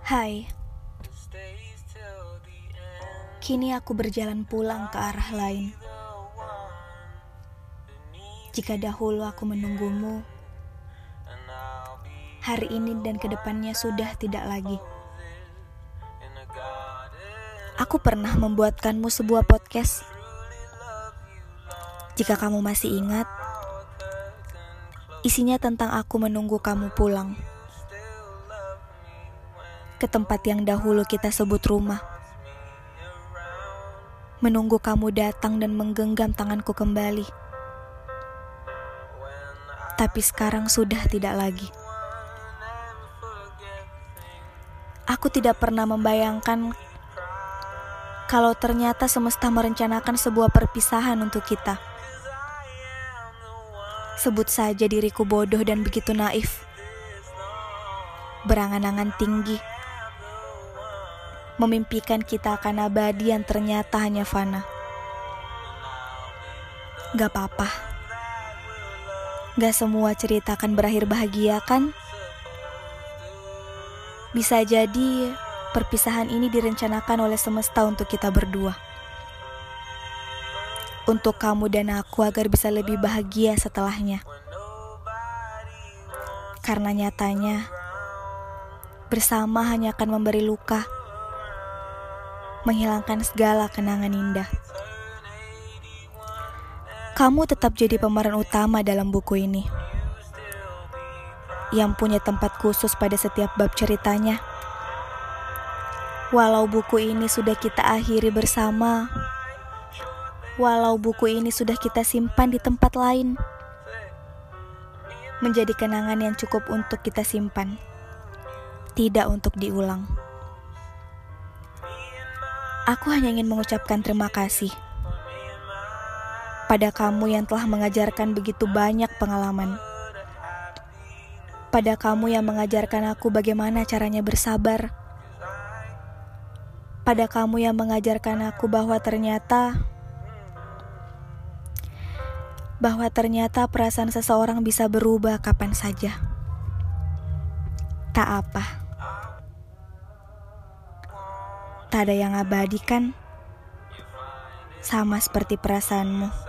Hai, kini aku berjalan pulang ke arah lain. Jika dahulu aku menunggumu, hari ini dan kedepannya sudah tidak lagi. Aku pernah membuatkanmu sebuah podcast. Jika kamu masih ingat, isinya tentang aku menunggu kamu pulang ke tempat yang dahulu kita sebut rumah. Menunggu kamu datang dan menggenggam tanganku kembali. Tapi sekarang sudah tidak lagi. Aku tidak pernah membayangkan kalau ternyata semesta merencanakan sebuah perpisahan untuk kita. Sebut saja diriku bodoh dan begitu naif. Berangan-angan tinggi, memimpikan kita akan abadi yang ternyata hanya fana. Gak apa-apa. Gak semua cerita akan berakhir bahagia, kan? Bisa jadi perpisahan ini direncanakan oleh semesta untuk kita berdua. Untuk kamu dan aku agar bisa lebih bahagia setelahnya. Karena nyatanya bersama hanya akan memberi luka, menghilangkan segala kenangan indah. Kamu tetap jadi pemeran utama dalam buku ini, yang punya tempat khusus pada setiap bab ceritanya. Walau buku ini sudah kita akhiri bersama, walau buku ini sudah kita simpan di tempat lain, menjadi kenangan yang cukup untuk kita simpan, tidak untuk diulang. Aku hanya ingin mengucapkan terima kasih pada kamu yang telah mengajarkan begitu banyak pengalaman. Pada kamu yang mengajarkan aku bagaimana caranya bersabar. Pada kamu yang mengajarkan aku bahwa ternyata perasaan seseorang bisa berubah kapan saja. Tak apa. Tak ada yang abadi, kan? Sama seperti perasaanmu.